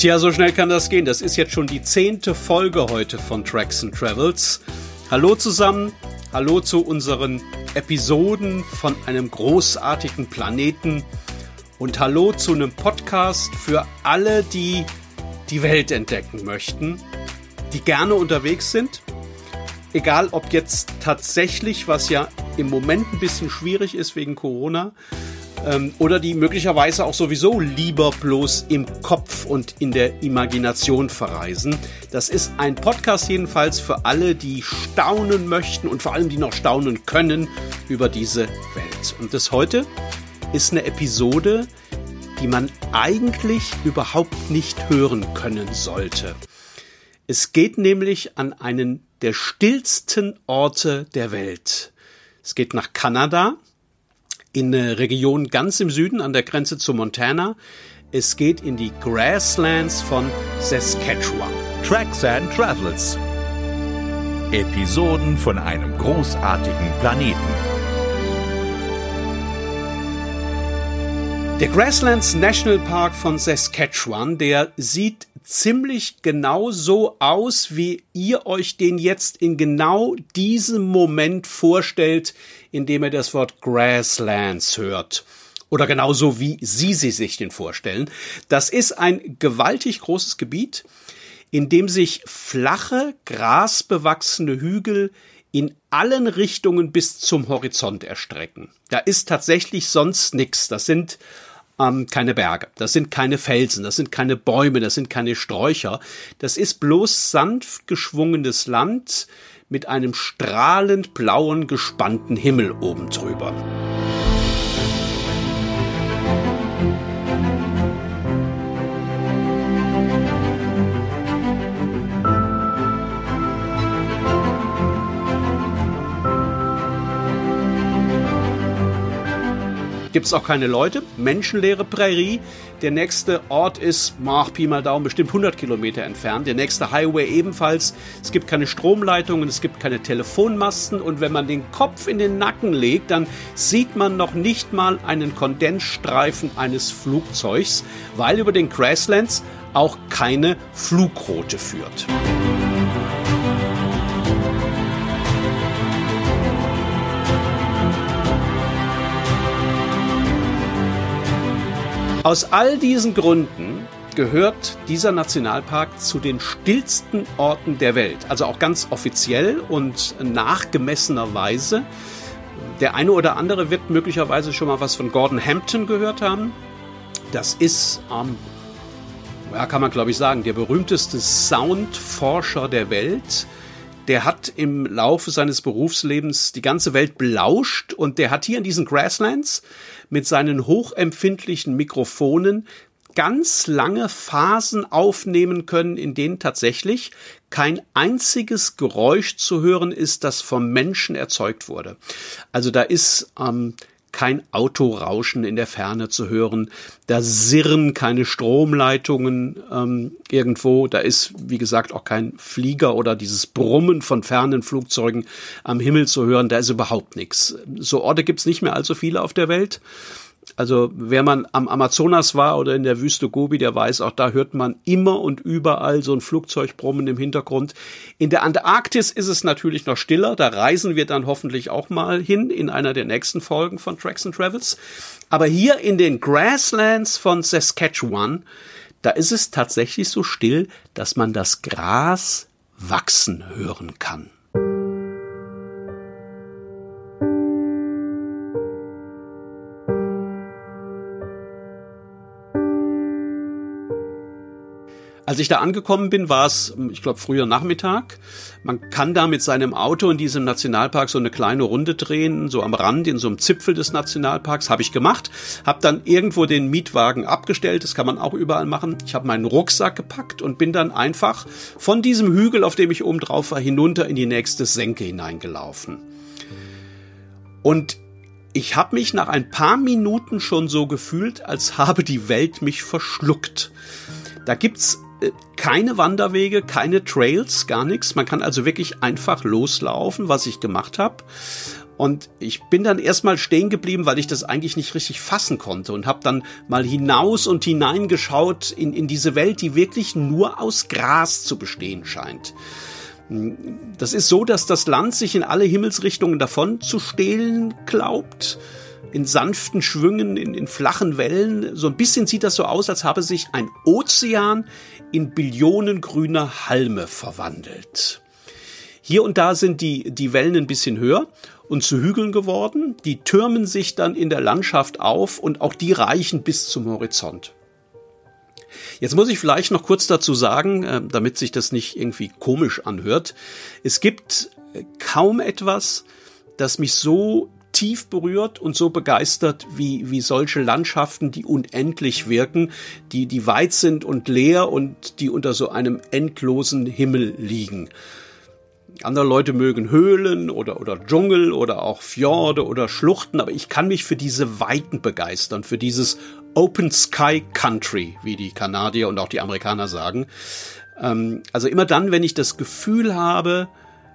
Tja, so schnell kann das gehen. Das ist jetzt schon die 10. Folge heute von Tracks and Travels. Hallo zusammen, hallo zu unseren Episoden von einem großartigen Planeten und hallo zu einem Podcast für alle, die die Welt entdecken möchten, die gerne unterwegs sind. Egal ob jetzt tatsächlich, was ja im Moment ein bisschen schwierig ist wegen Corona, oder die möglicherweise auch sowieso lieber bloß im Kopf und in der Imagination verreisen. Das ist ein Podcast jedenfalls für alle, die staunen möchten und vor allem die noch staunen können über diese Welt. Und das heute ist eine Episode, die man eigentlich überhaupt nicht hören können sollte. Es geht nämlich an einen der stillsten Orte der Welt. Es geht nach Kanada, in eine Region ganz im Süden an der Grenze zu Montana. Es geht in die Grasslands von Saskatchewan. Tracks and Travels. Episoden von einem großartigen Planeten. Der Grasslands National Park von Saskatchewan, der sieht ziemlich genau so aus, wie ihr euch den jetzt in genau diesem Moment vorstellt, indem ihr das Wort Grasslands hört. Oder genauso, wie Sie sich den vorstellen. Das ist ein gewaltig großes Gebiet, in dem sich flache, grasbewachsene Hügel in allen Richtungen bis zum Horizont erstrecken. Da ist tatsächlich sonst nichts. Das sind keine Berge, das sind keine Felsen, das sind keine Bäume, das sind keine Sträucher. Das ist bloß sanft geschwungenes Land mit einem strahlend blauen, gespannten Himmel oben drüber. Gibt es auch keine Leute, menschenleere Prärie. Der nächste Ort ist, Pi mal Daumen, bestimmt 100 Kilometer entfernt. Der nächste Highway ebenfalls. Es gibt keine Stromleitungen, es gibt keine Telefonmasten. Und wenn man den Kopf in den Nacken legt, dann sieht man noch nicht mal einen Kondensstreifen eines Flugzeugs, weil über den Grasslands auch keine Flugroute führt. Aus all diesen Gründen gehört dieser Nationalpark zu den stillsten Orten der Welt, also auch ganz offiziell und nachgemessenerweise. Der eine oder andere wird möglicherweise schon mal was von Gordon Hampton gehört haben. Das ist, kann man glaube ich sagen, der berühmteste Soundforscher der Welt. Der hat im Laufe seines Berufslebens die ganze Welt belauscht und der hat hier in diesen Grasslands mit seinen hochempfindlichen Mikrofonen ganz lange Phasen aufnehmen können, in denen tatsächlich kein einziges Geräusch zu hören ist, das vom Menschen erzeugt wurde. Also da ist kein Autorauschen in der Ferne zu hören, da sirren keine Stromleitungen irgendwo, da ist, wie gesagt, auch kein Flieger oder dieses Brummen von fernen Flugzeugen am Himmel zu hören, da ist überhaupt nichts. So Orte gibt's nicht mehr allzu viele auf der Welt. Also wer man am Amazonas war oder in der Wüste Gobi, der weiß, auch da hört man immer und überall so ein Flugzeugbrummen im Hintergrund. In der Antarktis ist es natürlich noch stiller, da reisen wir dann hoffentlich auch mal hin in einer der nächsten Folgen von Tracks and Travels. Aber hier in den Grasslands von Saskatchewan, da ist es tatsächlich so still, dass man das Gras wachsen hören kann. Als ich da angekommen bin, war es, ich glaube, früher Nachmittag. Man kann da mit seinem Auto in diesem Nationalpark so eine kleine Runde drehen, so am Rand, in so einem Zipfel des Nationalparks. Habe ich gemacht. Habe dann irgendwo den Mietwagen abgestellt. Das kann man auch überall machen. Ich habe meinen Rucksack gepackt und bin dann einfach von diesem Hügel, auf dem ich oben drauf war, hinunter in die nächste Senke hineingelaufen. Und ich habe mich nach ein paar Minuten schon so gefühlt, als habe die Welt mich verschluckt. Da gibt's keine Wanderwege, keine Trails, gar nichts. Man kann also wirklich einfach loslaufen, was ich gemacht habe. Und ich bin dann erstmal stehen geblieben, weil ich das eigentlich nicht richtig fassen konnte und habe dann mal hinaus und hineingeschaut in diese Welt, die wirklich nur aus Gras zu bestehen scheint. Das ist so, dass das Land sich in alle Himmelsrichtungen davon zu stehlen glaubt, in sanften Schwüngen, in flachen Wellen. So ein bisschen sieht das so aus, als habe sich ein Ozean in Billionen grüner Halme verwandelt. Hier und da sind die Wellen ein bisschen höher und zu Hügeln geworden. Die türmen sich dann in der Landschaft auf und auch die reichen bis zum Horizont. Jetzt muss ich vielleicht noch kurz dazu sagen, damit sich das nicht irgendwie komisch anhört. Es gibt kaum etwas, das mich so tief berührt und so begeistert wie solche Landschaften, die unendlich wirken, die weit sind und leer und die unter so einem endlosen Himmel liegen. Andere Leute mögen Höhlen oder Dschungel oder auch Fjorde oder Schluchten, aber ich kann mich für diese Weiten begeistern, für dieses Open Sky Country, wie die Kanadier und auch die Amerikaner sagen. Also immer dann, wenn ich das Gefühl habe,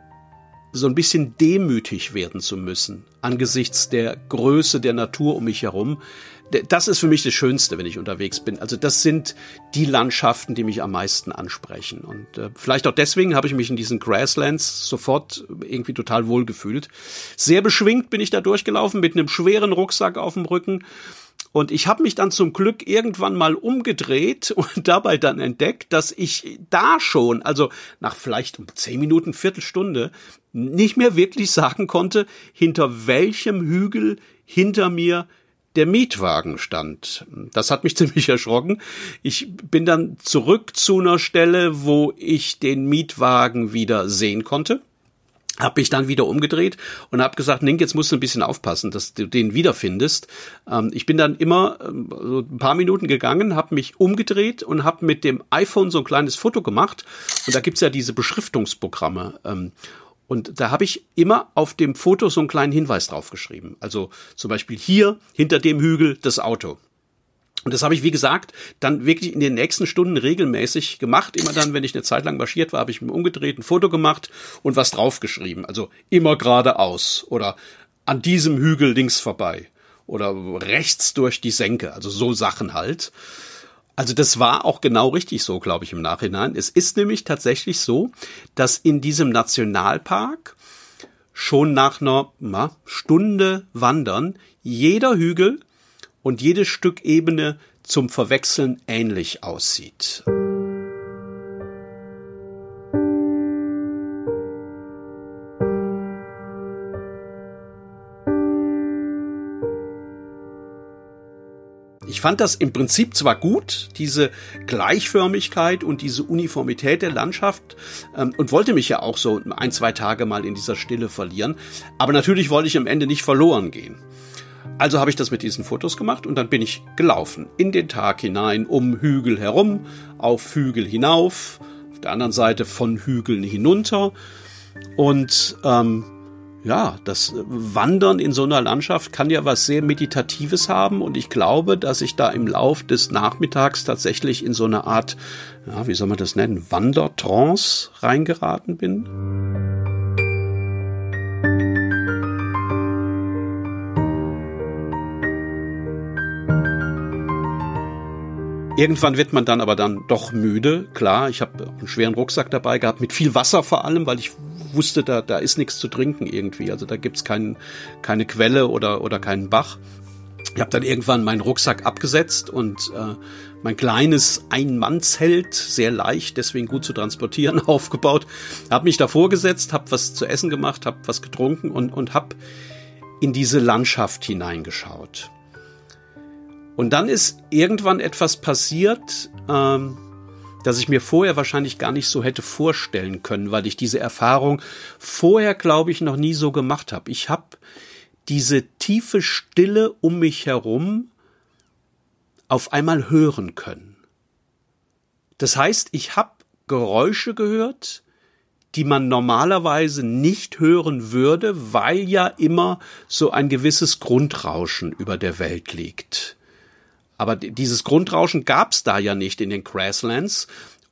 so ein bisschen demütig werden zu müssen angesichts der Größe der Natur um mich herum. Das ist für mich das Schönste, wenn ich unterwegs bin. Also das sind die Landschaften, die mich am meisten ansprechen. Und vielleicht auch deswegen habe ich mich in diesen Grasslands sofort irgendwie total wohl gefühlt. Sehr beschwingt bin ich da durchgelaufen mit einem schweren Rucksack auf dem Rücken. Und ich habe mich dann zum Glück irgendwann mal umgedreht und dabei dann entdeckt, dass ich da schon, also nach vielleicht 10 Minuten, Viertelstunde, nicht mehr wirklich sagen konnte, hinter welchem Hügel hinter mir der Mietwagen stand. Das hat mich ziemlich erschrocken. Ich bin dann zurück zu einer Stelle, wo ich den Mietwagen wieder sehen konnte. Habe mich dann wieder umgedreht und habe gesagt, Nink, jetzt musst du ein bisschen aufpassen, dass du den wiederfindest. Ich bin dann immer so ein paar Minuten gegangen, habe mich umgedreht und habe mit dem iPhone so ein kleines Foto gemacht. Und da gibt's ja diese Beschriftungsprogramme. Und da habe ich immer auf dem Foto so einen kleinen Hinweis draufgeschrieben. Also zum Beispiel hier hinter dem Hügel das Auto. Und das habe ich, wie gesagt, dann wirklich in den nächsten Stunden regelmäßig gemacht. Immer dann, wenn ich eine Zeit lang marschiert war, habe ich mir umgedreht, ein Foto gemacht und was draufgeschrieben. Also immer geradeaus oder an diesem Hügel links vorbei oder rechts durch die Senke. Also so Sachen halt. Also das war auch genau richtig so, glaube ich, im Nachhinein. Es ist nämlich tatsächlich so, dass in diesem Nationalpark schon nach einer Stunde Wandern jeder Hügel und jedes Stück Ebene zum Verwechseln ähnlich aussieht. Ich fand das im Prinzip zwar gut, diese Gleichförmigkeit und diese Uniformität der Landschaft, und wollte mich ja auch so 1-2 Tage mal in dieser Stille verlieren, aber natürlich wollte ich am Ende nicht verloren gehen. Also habe ich das mit diesen Fotos gemacht und dann bin ich gelaufen, in den Tag hinein, um Hügel herum, auf Hügel hinauf, auf der anderen Seite von Hügeln hinunter. Und das Wandern in so einer Landschaft kann ja was sehr Meditatives haben und ich glaube, dass ich da im Lauf des Nachmittags tatsächlich in so eine Art, wie soll man das nennen, Wandertrance reingeraten bin. Irgendwann wird man dann aber doch müde. Klar, ich habe einen schweren Rucksack dabei gehabt, mit viel Wasser vor allem, weil ich wusste, da ist nichts zu trinken irgendwie. Also da gibt's keine Quelle oder keinen Bach. Ich habe dann irgendwann meinen Rucksack abgesetzt und mein kleines Ein-Mann-Zelt, sehr leicht, deswegen gut zu transportieren, aufgebaut. Habe mich davor gesetzt, habe was zu essen gemacht, habe was getrunken und habe in diese Landschaft hineingeschaut. Und dann ist irgendwann etwas passiert, das ich mir vorher wahrscheinlich gar nicht so hätte vorstellen können, weil ich diese Erfahrung vorher, glaube ich, noch nie so gemacht habe. Ich habe diese tiefe Stille um mich herum auf einmal hören können. Das heißt, ich habe Geräusche gehört, die man normalerweise nicht hören würde, weil ja immer so ein gewisses Grundrauschen über der Welt liegt. Aber dieses Grundrauschen gab's da ja nicht in den Grasslands.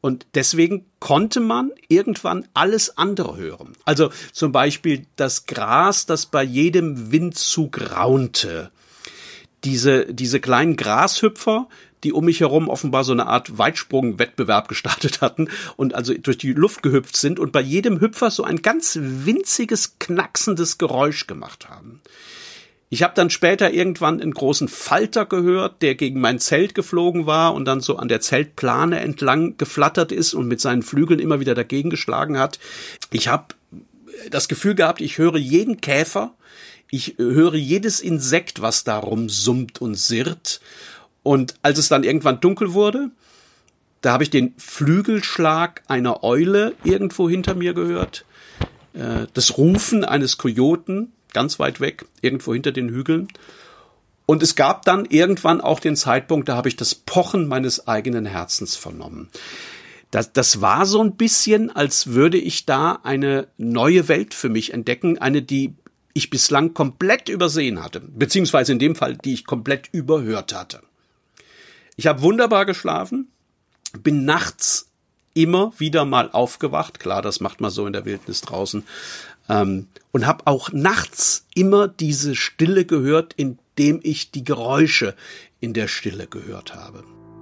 Und deswegen konnte man irgendwann alles andere hören. Also zum Beispiel das Gras, das bei jedem Windzug raunte. Diese kleinen Grashüpfer, die um mich herum offenbar so eine Art Weitsprung-Wettbewerb gestartet hatten und also durch die Luft gehüpft sind und bei jedem Hüpfer so ein ganz winziges, knacksendes Geräusch gemacht haben. Ich habe dann später irgendwann einen großen Falter gehört, der gegen mein Zelt geflogen war und dann so an der Zeltplane entlang geflattert ist und mit seinen Flügeln immer wieder dagegen geschlagen hat. Ich habe das Gefühl gehabt, ich höre jeden Käfer, ich höre jedes Insekt, was da rumsummt und sirrt. Und als es dann irgendwann dunkel wurde, da habe ich den Flügelschlag einer Eule irgendwo hinter mir gehört, das Rufen eines Kojoten, ganz weit weg, irgendwo hinter den Hügeln. Und es gab dann irgendwann auch den Zeitpunkt, da habe ich das Pochen meines eigenen Herzens vernommen. Das war so ein bisschen, als würde ich da eine neue Welt für mich entdecken, eine, die ich bislang komplett übersehen hatte, beziehungsweise in dem Fall, die ich komplett überhört hatte. Ich habe wunderbar geschlafen, bin nachts immer wieder mal aufgewacht, klar, das macht man so in der Wildnis draußen, und habe auch nachts immer diese Stille gehört, indem ich die Geräusche in der Stille gehört habe.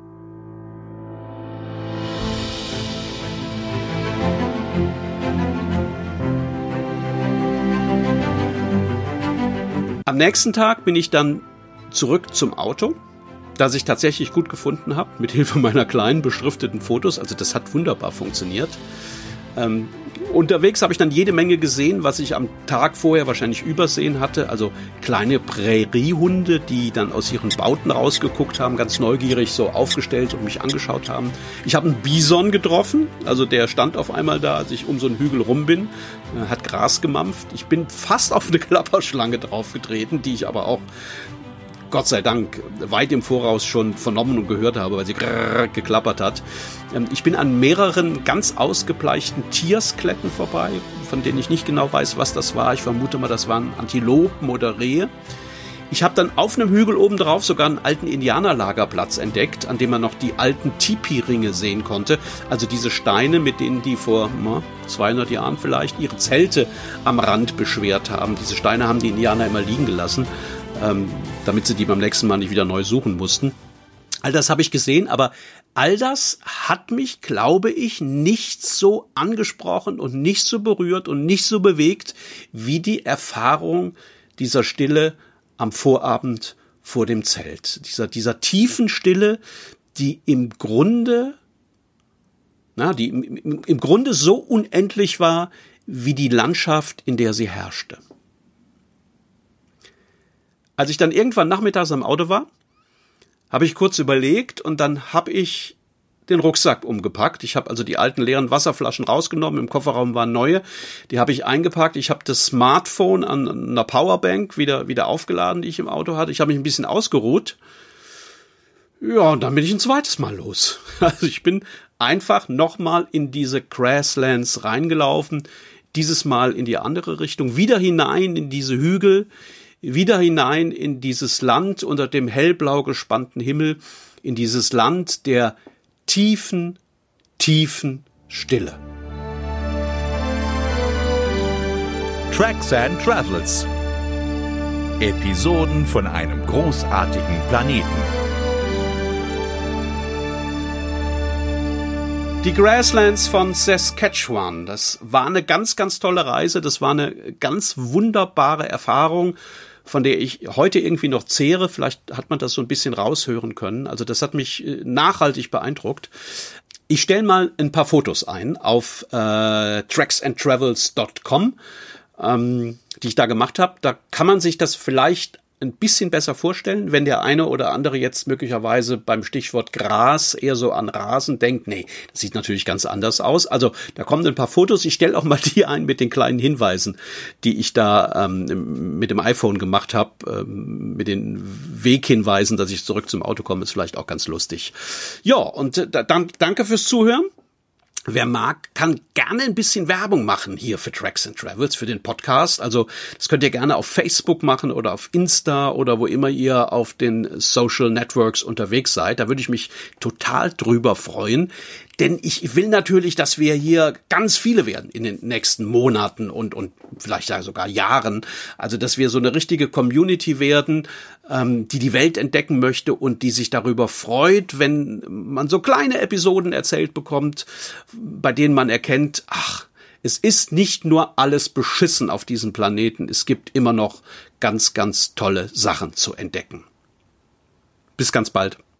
Am nächsten Tag bin ich dann zurück zum Auto, das ich tatsächlich gut gefunden habe, mit Hilfe meiner kleinen beschrifteten Fotos. Also das hat wunderbar funktioniert. Unterwegs habe ich dann jede Menge gesehen, was ich am Tag vorher wahrscheinlich übersehen hatte. Also kleine Präriehunde, die dann aus ihren Bauten rausgeguckt haben, ganz neugierig so aufgestellt und mich angeschaut haben. Ich habe einen Bison getroffen, also der stand auf einmal da, als ich um so einen Hügel rum bin, hat Gras gemampft. Ich bin fast auf eine Klapperschlange draufgetreten, die ich aber auch Gott sei Dank weit im Voraus schon vernommen und gehört habe, weil sie geklappert hat. Ich bin an mehreren ganz ausgebleichten Tierskeletten vorbei, von denen ich nicht genau weiß, was das war. Ich vermute mal, das waren Antilopen oder Rehe. Ich habe dann auf einem Hügel oben drauf sogar einen alten Indianerlagerplatz entdeckt, an dem man noch die alten Tipi-Ringe sehen konnte. Also diese Steine, mit denen die vor 200 Jahren vielleicht ihre Zelte am Rand beschwert haben. Diese Steine haben die Indianer immer liegen gelassen, damit sie die beim nächsten Mal nicht wieder neu suchen mussten. All das habe ich gesehen, aber all das hat mich, glaube ich, nicht so angesprochen und nicht so berührt und nicht so bewegt, wie die Erfahrung dieser Stille am Vorabend vor dem Zelt. Dieser tiefen Stille, die im Grunde so unendlich war, wie die Landschaft, in der sie herrschte. Als ich dann irgendwann nachmittags am Auto war, habe ich kurz überlegt und dann habe ich den Rucksack umgepackt. Ich habe also die alten leeren Wasserflaschen rausgenommen, im Kofferraum waren neue, die habe ich eingepackt. Ich habe das Smartphone an einer Powerbank wieder aufgeladen, die ich im Auto hatte. Ich habe mich ein bisschen ausgeruht. Ja, und dann bin ich ein zweites Mal los. Also ich bin einfach nochmal in diese Grasslands reingelaufen, dieses Mal in die andere Richtung, wieder hinein in diese Hügel, wieder hinein in dieses Land unter dem hellblau gespannten Himmel, in dieses Land der tiefen, tiefen Stille. Tracks and Travels. Episoden von einem großartigen Planeten. Die Grasslands von Saskatchewan, das war eine ganz, ganz tolle Reise, das war eine ganz wunderbare Erfahrung, von der ich heute irgendwie noch zehre. Vielleicht hat man das so ein bisschen raushören können. Also das hat mich nachhaltig beeindruckt. Ich stelle mal ein paar Fotos ein auf tracksandtravels.com, die ich da gemacht habe. Da kann man sich das vielleicht ein bisschen besser vorstellen, wenn der eine oder andere jetzt möglicherweise beim Stichwort Gras eher so an Rasen denkt. Nee, das sieht natürlich ganz anders aus. Also da kommen ein paar Fotos. Ich stelle auch mal die ein mit den kleinen Hinweisen, die ich da mit dem iPhone gemacht habe, mit den Weghinweisen, dass ich zurück zum Auto komme, ist vielleicht auch ganz lustig. Ja, und dann danke fürs Zuhören. Wer mag, kann gerne ein bisschen Werbung machen hier für Tracks and Travels, für den Podcast. Also das könnt ihr gerne auf Facebook machen oder auf Insta oder wo immer ihr auf den Social Networks unterwegs seid. Da würde ich mich total drüber freuen. Denn ich will natürlich, dass wir hier ganz viele werden in den nächsten Monaten und vielleicht sogar Jahren. Also, dass wir so eine richtige Community werden, die die Welt entdecken möchte und die sich darüber freut, wenn man so kleine Episoden erzählt bekommt, bei denen man erkennt, ach, es ist nicht nur alles beschissen auf diesem Planeten. Es gibt immer noch ganz, ganz tolle Sachen zu entdecken. Bis ganz bald.